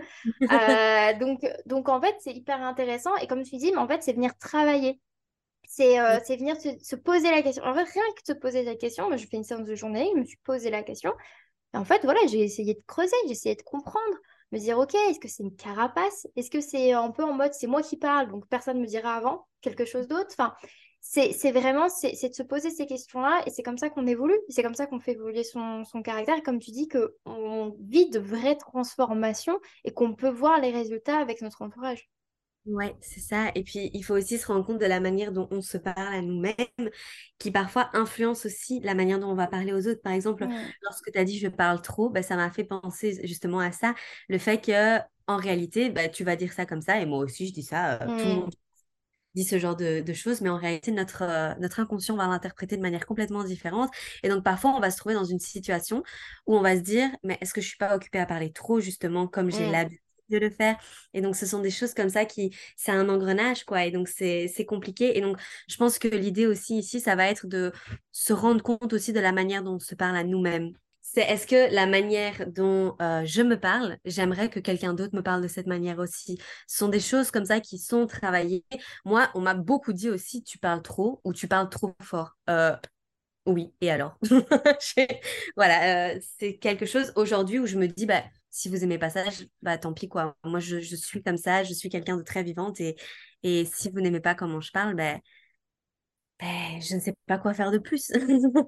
S1: Euh, donc, donc, en fait, c'est hyper intéressant. Et comme tu dis, mais en fait, c'est venir travailler. C'est euh, c'est venir se, se poser la question. En fait, rien que se poser la question, moi, je fais une séance de journée, je me suis posé la question. Et en fait, voilà, j'ai essayé de creuser, j'ai essayé de comprendre, me dire, OK, est-ce que c'est une carapace? Est-ce que c'est un peu en mode, c'est moi qui parle, donc personne ne me dira avant quelque chose d'autre? Enfin, c'est c'est vraiment, c'est c'est de se poser ces questions-là, et c'est comme ça qu'on évolue, c'est comme ça qu'on fait évoluer son, son caractère, et comme tu dis, qu'on vit de vraies transformations et qu'on peut voir les résultats avec notre entourage.
S2: Ouais, c'est ça. Et puis, il faut aussi se rendre compte de la manière dont on se parle à nous-mêmes, qui parfois influence aussi la manière dont on va parler aux autres. Par exemple,
S1: Mm,
S2: lorsque tu as dit je parle trop, bah, ça m'a fait penser justement à ça. Le fait que, en réalité, bah, tu vas dire ça comme ça, et moi aussi, je dis ça. Euh, tout le
S1: mm,
S2: monde dit ce genre de, de choses, mais en réalité, notre, euh, notre inconscient va l'interpréter de manière complètement différente. Et donc, parfois, on va se trouver dans une situation où on va se dire, mais est-ce que je suis pas occupée à parler trop, justement, comme j'ai
S1: mm.
S2: l'habitude de le faire? Et donc, ce sont des choses comme ça qui, c'est un engrenage, quoi. Et donc, c'est, c'est compliqué. Et donc, je pense que l'idée aussi ici, ça va être de se rendre compte aussi de la manière dont on se parle à nous-mêmes. C'est est-ce que la manière dont euh, je me parle, j'aimerais que quelqu'un d'autre me parle de cette manière aussi. Ce sont des choses comme ça qui sont travaillées. Moi, on m'a beaucoup dit aussi, tu parles trop ou tu parles trop fort. Euh, oui, et alors? J'ai- Voilà, euh, c'est quelque chose aujourd'hui où je me dis, bah, si vous aimez pas ça, je- bah, tant pis quoi. Moi, je, je suis comme ça, je suis quelqu'un de très vivante et, et si vous n'aimez pas comment je parle, bah, bah, je ne sais pas quoi faire de plus.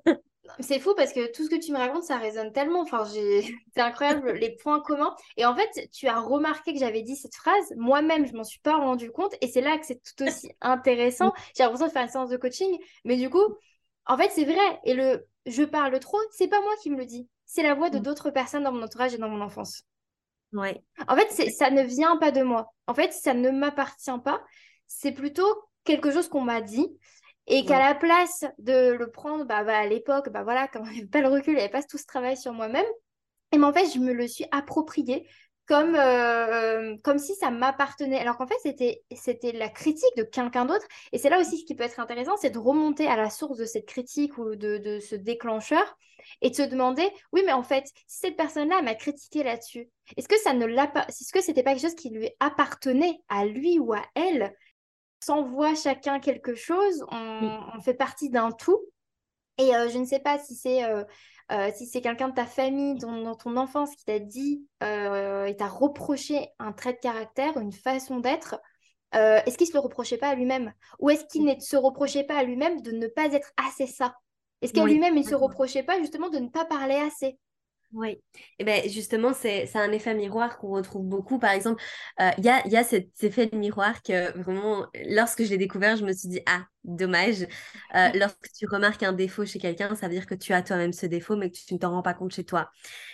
S1: C'est fou parce que tout ce que tu me racontes, ça résonne tellement. Enfin, j'ai... c'est incroyable les points communs. Et en fait, tu as remarqué que j'avais dit cette phrase. Moi-même, je m'en suis pas rendu compte. Et c'est là que c'est tout aussi intéressant. J'ai l'impression de faire une séance de coaching. Mais du coup, en fait, c'est vrai. Et le je parle trop, c'est pas moi qui me le dis. C'est la voix de d'autres personnes dans mon entourage et dans mon enfance.
S2: Ouais.
S1: En fait, c'est, ça ne vient pas de moi. En fait, ça ne m'appartient pas. C'est plutôt quelque chose qu'on m'a dit et qu'à
S2: Ouais.
S1: la place de le prendre, bah, bah, à l'époque, bah voilà, quand j'avais pas le recul, il n'y avait pas tout ce travail sur moi-même. Et mais en fait, je me le suis approprié comme, euh, comme si ça m'appartenait. Alors qu'en fait, c'était, c'était la critique de quelqu'un d'autre. Et c'est là aussi ce qui peut être intéressant, c'est de remonter à la source de cette critique ou de, de ce déclencheur et de se demander, oui, mais en fait, si cette personne-là m'a critiqué là-dessus, est-ce que ça ne l'a pas, est-ce que c'était pas quelque chose qui lui appartenait à lui ou à elle? On s'envoie chacun quelque chose, on, on fait partie d'un tout. Et euh, je ne sais pas si c'est euh, euh, si c'est quelqu'un de ta famille, dans, dans ton enfance, qui t'a dit euh, et t'a reproché un trait de caractère, une façon d'être. Euh, est-ce qu'il ne se le reprochait pas à lui-même? Ou est-ce qu'il ne se reprochait pas à lui-même de ne pas être assez ça? Est-ce qu'à
S2: Oui.
S1: lui-même, il ne se reprochait pas justement de ne pas parler assez?
S2: Oui, et ben justement, c'est c'est un effet miroir qu'on retrouve beaucoup. Par exemple, euh, il y a, il y a cet effet de miroir que vraiment, lorsque je l'ai découvert, je me suis dit, ah, dommage. Euh, lorsque tu remarques un défaut chez quelqu'un, ça veut dire que tu as toi-même ce défaut, mais que tu ne t'en rends pas compte chez toi.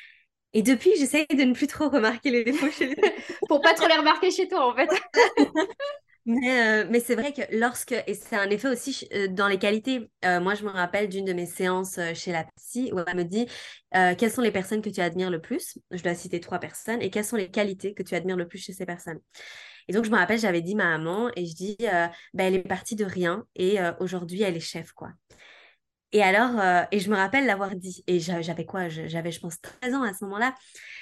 S2: Et depuis, j'essaie de ne plus trop remarquer les défauts chez les autres.
S1: Pour pas trop les remarquer chez toi, en fait.
S2: Mais, euh, mais c'est vrai que lorsque, et c'est un effet aussi ch- euh, dans les qualités, euh, moi je me rappelle d'une de mes séances euh, chez la psy où elle me dit euh, quelles sont les personnes que tu admires le plus. Je dois citer trois personnes et quelles sont les qualités que tu admires le plus chez ces personnes. Et donc je me rappelle, j'avais dit ma maman et je dis euh, ben, elle est partie de rien et euh, aujourd'hui elle est chef quoi. Et alors, euh, et je me rappelle l'avoir dit et j'a- j'avais quoi? Je- J'avais je pense treize ans à ce moment-là.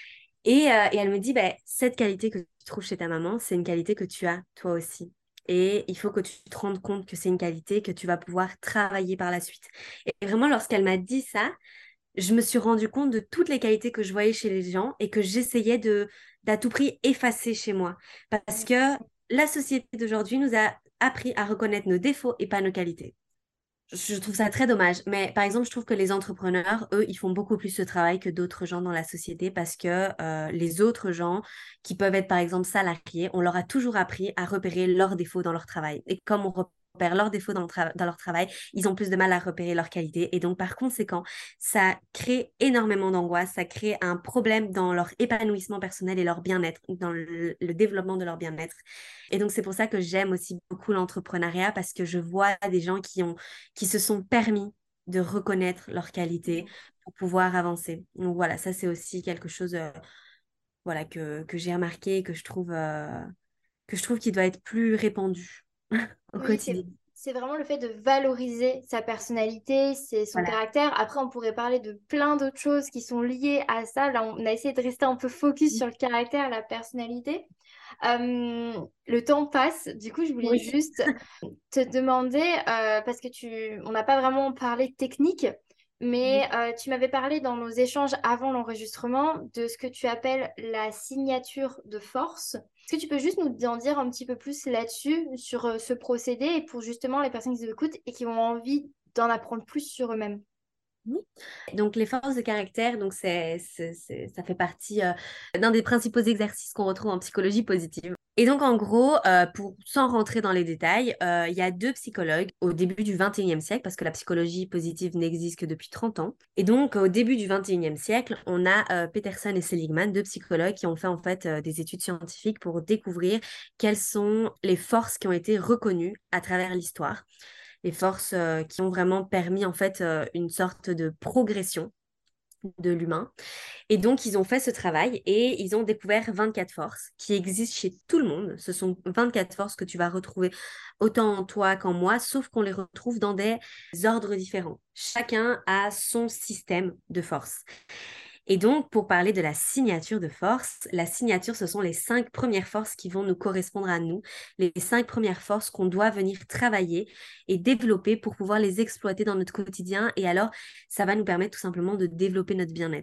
S2: Et, euh, et elle me dit, ben, cette qualité que tu trouves chez ta maman, c'est une qualité que tu as toi aussi. Et il faut que tu te rendes compte que c'est une qualité que tu vas pouvoir travailler par la suite. Et vraiment, lorsqu'elle m'a dit ça, je me suis rendu compte de toutes les qualités que je voyais chez les gens et que j'essayais de, d'à tout prix effacer chez moi. Parce que la société d'aujourd'hui nous a appris à reconnaître nos défauts et pas nos qualités. Je trouve ça très dommage. Mais par exemple, je trouve que les entrepreneurs, eux, ils font beaucoup plus ce travail que d'autres gens dans la société parce que euh, les autres gens qui peuvent être, par exemple, salariés, on leur a toujours appris à repérer leurs défauts dans leur travail. Et comme on repère leurs défauts dans, le tra- dans leur travail, ils ont plus de mal à repérer leurs qualités. Et donc, par conséquent, ça crée énormément d'angoisse, ça crée un problème dans leur épanouissement personnel et leur bien-être, dans le le développement de leur bien-être. Et donc, c'est pour ça que j'aime aussi beaucoup l'entrepreneuriat parce que je vois des gens qui ont qui se sont permis de reconnaître leurs qualités pour pouvoir avancer. Donc voilà, ça c'est aussi quelque chose euh, voilà, que, que j'ai remarqué et que je trouve, euh, que je trouve qui doit être plus répandu au
S1: Oui,
S2: quotidien.
S1: c'est c'est vraiment le fait de valoriser sa personnalité, c'est son
S2: Voilà.
S1: caractère. Après, on pourrait parler de plein d'autres choses qui sont liées à ça. Là, on a essayé de rester un peu focus sur le caractère, la personnalité. Euh, le temps passe. Du coup, je voulais
S2: Oui.
S1: juste te demander, euh, parce que tu, on n'a pas vraiment parlé de technique, mais euh, tu m'avais parlé dans nos échanges avant l'enregistrement de ce que tu appelles la signature de force. Est-ce que tu peux juste nous en dire un petit peu plus là-dessus, sur euh, ce procédé, et pour justement les personnes qui nous écoutent et qui ont envie d'en apprendre plus sur eux-mêmes?
S2: Oui. Donc, les forces de caractère, donc c'est, c'est- c'est- ça fait partie euh, d'un des principaux exercices qu'on retrouve en psychologie positive. Et donc, en gros, euh, pour, sans rentrer dans les détails, euh, il y a deux psychologues au début du vingt et unième siècle, parce que la psychologie positive n'existe que depuis trente ans. Et donc, au début du vingt et unième siècle, on a euh, Peterson et Seligman, deux psychologues qui ont fait en fait euh, des études scientifiques pour découvrir quelles sont les forces qui ont été reconnues à travers l'histoire, les forces euh, qui ont vraiment permis en fait euh, une sorte de progression de l'humain. Et donc, ils ont fait ce travail et ils ont découvert vingt-quatre forces qui existent chez tout le monde. Ce sont vingt-quatre forces que tu vas retrouver autant en toi qu'en moi, sauf qu'on les retrouve dans des ordres différents. Chacun a son système de forces. Et donc, pour parler de la signature de force, la signature, ce sont les cinq premières forces qui vont nous correspondre à nous, les cinq premières forces qu'on doit venir travailler et développer pour pouvoir les exploiter dans notre quotidien. Et alors, ça va nous permettre tout simplement de développer notre bien-être.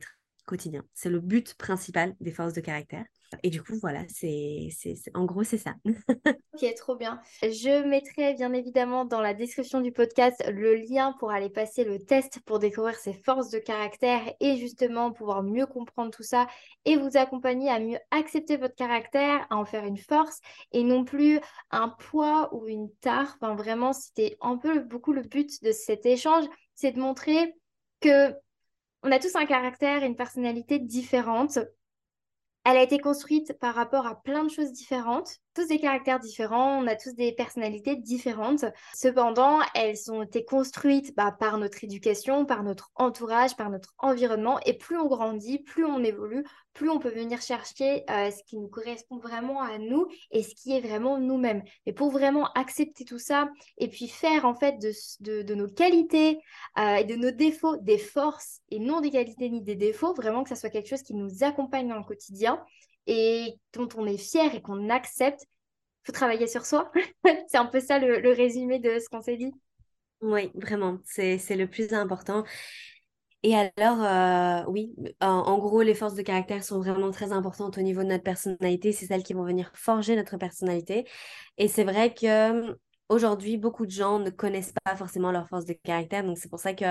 S2: quotidien. C'est le but principal des forces de caractère. Et du coup, voilà, c'est, c'est, c'est- en gros, c'est ça.
S1: Ok, trop bien. Je mettrai bien évidemment dans la description du podcast le lien pour aller passer le test pour découvrir ses forces de caractère et justement pouvoir mieux comprendre tout ça et vous accompagner à mieux accepter votre caractère, à en faire une force et non plus un poids ou une tare. Enfin, vraiment, c'était un peu beaucoup le but de cet échange, c'est de montrer que on a tous un caractère et une personnalité différentes. Elle a été construite par rapport à plein de choses différentes, tous des caractères différents, on a tous des personnalités différentes. Cependant, elles ont été construites bah, par notre éducation, par notre entourage, par notre environnement. Et plus on grandit, plus on évolue, plus on peut venir chercher euh, ce qui nous correspond vraiment à nous et ce qui est vraiment nous-mêmes. Et pour vraiment accepter tout ça et puis faire en fait de, de, de nos qualités euh, et de nos défauts des forces et non des qualités ni des défauts, vraiment que ça soit quelque chose qui nous accompagne dans le quotidien et dont on est fier et qu'on accepte, il faut travailler sur soi. C'est un peu ça le, le résumé de ce qu'on s'est dit.
S2: Oui, vraiment, c'est, c'est le plus important. Et alors, euh, oui, en, en gros, les forces de caractère sont vraiment très importantes au niveau de notre personnalité. C'est celles qui vont venir forger notre personnalité. Et c'est vrai que aujourd'hui, beaucoup de gens ne connaissent pas forcément leurs forces de caractère. Donc, c'est pour ça que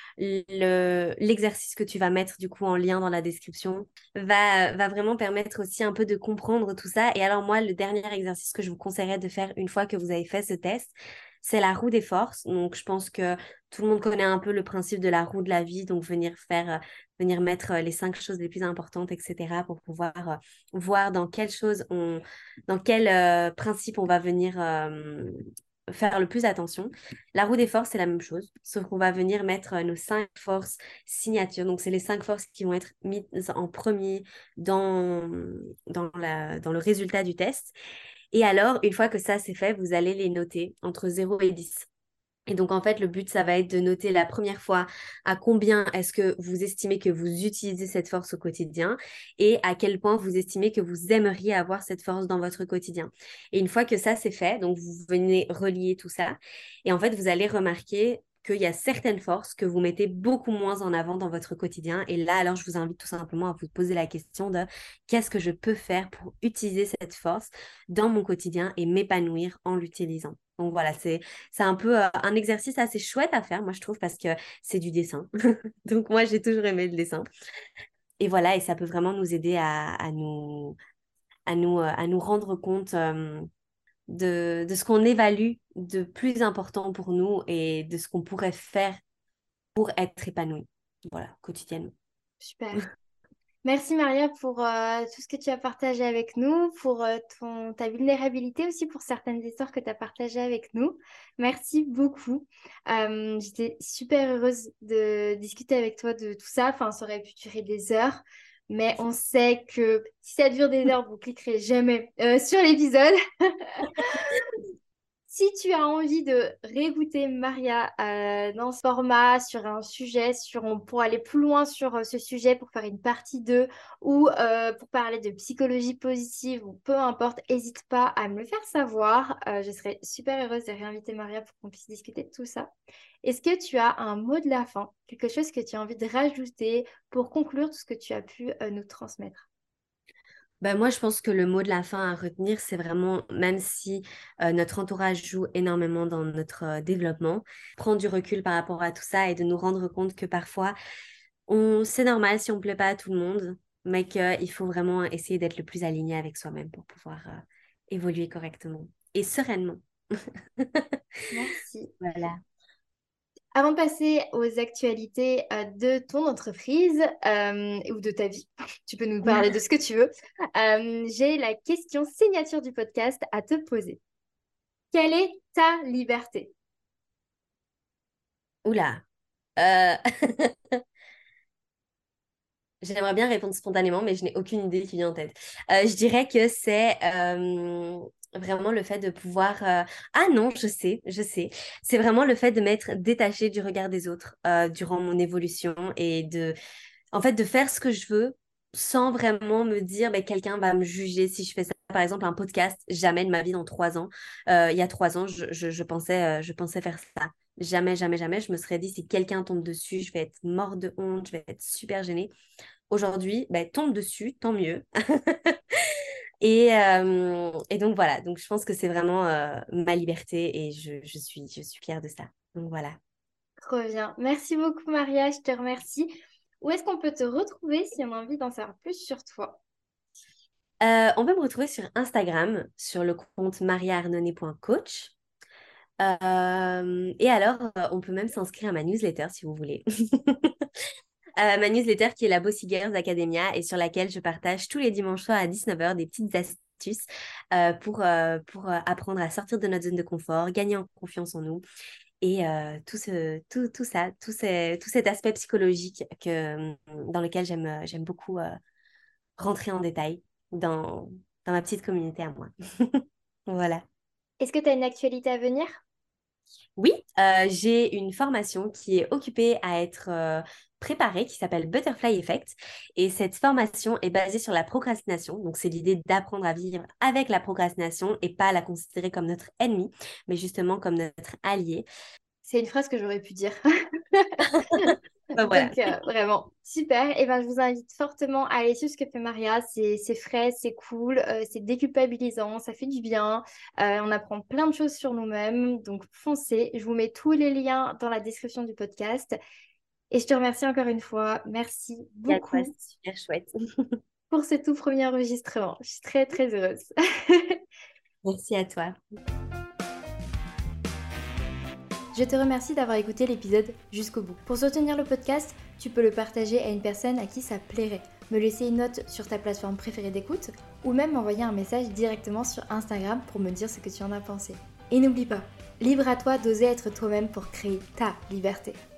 S2: le, l'exercice que tu vas mettre du coup en lien dans la description va, va vraiment permettre aussi un peu de comprendre tout ça. Et alors, moi, le dernier exercice que je vous conseillerais de faire une fois que vous avez fait ce test, c'est la roue des forces. Donc, je pense que tout le monde connaît un peu le principe de la roue de la vie, donc venir faire, euh, venir mettre euh, les cinq choses les plus importantes, et cetera, pour pouvoir euh, voir dans quelles choses on, dans quel euh, principe on va venir euh, faire le plus attention. La roue des forces, c'est la même chose, sauf qu'on va venir mettre euh, nos cinq forces signatures. Donc, c'est les cinq forces qui vont être mises en premier dans, dans la, dans le résultat du test. Et alors, une fois que ça c'est fait, vous allez les noter entre zéro et dix. Et donc, en fait, le but, ça va être de noter la première fois à combien est-ce que vous estimez que vous utilisez cette force au quotidien et à quel point vous estimez que vous aimeriez avoir cette force dans votre quotidien. Et une fois que ça, c'est fait, donc vous venez relier tout ça et en fait, vous allez remarquer qu'il y a certaines forces que vous mettez beaucoup moins en avant dans votre quotidien. Et là, alors, je vous invite tout simplement à vous poser la question de qu'est-ce que je peux faire pour utiliser cette force dans mon quotidien et m'épanouir en l'utilisant. Donc voilà, c'est c'est un peu euh, un exercice assez chouette à faire, moi je trouve, parce que c'est du dessin. Donc moi j'ai toujours aimé le dessin. Et voilà, et ça peut vraiment nous aider à, à nous, à nous, euh, à nous rendre compte euh, de, de ce qu'on évalue de plus important pour nous et de ce qu'on pourrait faire pour être épanoui, voilà, quotidiennement.
S1: Super. Merci Maria pour euh, tout ce que tu as partagé avec nous, pour euh, ton, ta vulnérabilité aussi, pour certaines histoires que tu as partagées avec nous. Merci beaucoup. Euh, j'étais super heureuse de discuter avec toi de tout ça. Enfin, ça aurait pu durer des heures, mais on sait que si ça dure des heures, vous cliquerez jamais euh, sur l'épisode. Si tu as envie de réécouter Maria euh, dans ce format, sur un sujet, sur, on- pour aller plus loin sur euh, ce sujet, pour faire une partie deux ou euh, pour parler de psychologie positive ou peu importe, n'hésite pas à me le faire savoir. Euh, je serais super heureuse de réinviter Maria pour qu'on puisse discuter de tout ça. Est-ce que tu as un mot de la fin, quelque chose que tu as envie de rajouter pour conclure tout ce que tu as pu euh, nous transmettre?
S2: Ben moi, je pense que le mot de la fin à retenir, c'est vraiment, même si euh, notre entourage joue énormément dans notre euh, développement, prendre du recul par rapport à tout ça et de nous rendre compte que parfois, on, c'est normal si on ne plaît pas à tout le monde, mais qu'il faut vraiment essayer d'être le plus aligné avec soi-même pour pouvoir euh, évoluer correctement et sereinement.
S1: Merci.
S2: Voilà.
S1: Avant de passer aux actualités euh, de ton entreprise euh, ou de ta vie, tu peux nous parler de ce que tu veux, euh, j'ai la question signature du podcast à te poser. Quelle est ta liberté?
S2: Oula. Euh, J'aimerais bien répondre spontanément, mais je n'ai aucune idée qui vient en tête. Euh, je dirais que c'est euh, vraiment le fait de pouvoir... euh, Ah non, je sais, je sais. C'est vraiment le fait de m'être détachée du regard des autres euh, durant mon évolution et de, en fait, de faire ce que je veux sans vraiment me dire, ben, quelqu'un va me juger si je fais ça. Par exemple, un podcast, jamais de ma vie dans trois ans. Euh, il y a trois ans, je, je, je pensais, euh, je pensais faire ça. Jamais, jamais, jamais. Je me serais dit, si quelqu'un tombe dessus, je vais être morte de honte, je vais être super gênée. aujourd'hui, bah, tombe dessus, tant mieux. Et, euh, et donc voilà, donc je pense que c'est vraiment euh, ma liberté et je, je suis, je suis fière de ça. Donc voilà.
S1: Trop bien. Merci beaucoup, Maria. Je te remercie. Où est-ce qu'on peut te retrouver si on a envie d'en savoir plus sur toi?
S2: Euh, on peut me retrouver sur Instagram, sur le compte maria arnone point coach. Euh, et alors, euh, on peut même s'inscrire à ma newsletter si vous voulez. Euh, ma newsletter qui est la Bossy Girls Academia et sur laquelle je partage tous les dimanches soirs à dix-neuf heures des petites astuces euh, pour, euh, pour euh, apprendre à sortir de notre zone de confort, gagner en confiance en nous et euh, tout, ce, tout, tout ça, tout, ces, tout cet aspect psychologique que, dans lequel j'aime, euh, j'aime beaucoup euh, rentrer en détail dans, dans ma petite communauté à moi. Voilà.
S1: Est-ce que tu as une actualité à venir?
S2: Oui, euh, j'ai une formation qui est occupée à être euh, préparée, qui s'appelle Butterfly Effect. Et cette formation est basée sur la procrastination. Donc, c'est l'idée d'apprendre à vivre avec la procrastination et pas la considérer comme notre ennemi, mais justement comme notre allié.
S1: C'est une phrase que j'aurais pu dire.
S2: Ben voilà.
S1: Donc, euh, vraiment, super. Et ben, je vous invite fortement à aller suivre ce que fait Maria. C'est c'est frais, c'est cool, euh, c'est déculpabilisant, ça fait du bien. Euh, on apprend plein de choses sur nous-mêmes. Donc, foncez. Je vous mets tous les liens dans la description du podcast. Et je te remercie encore une fois. Merci
S2: Et à toi,
S1: beaucoup
S2: c'est super chouette.
S1: pour ce tout premier enregistrement. Je suis très, très heureuse.
S2: Merci à toi.
S1: Je te remercie d'avoir écouté l'épisode jusqu'au bout. Pour soutenir le podcast, tu peux le partager à une personne à qui ça plairait, me laisser une note sur ta plateforme préférée d'écoute ou même m'envoyer un message directement sur Instagram pour me dire ce que tu en as pensé. Et n'oublie pas, libre à toi d'oser être toi-même pour créer ta liberté.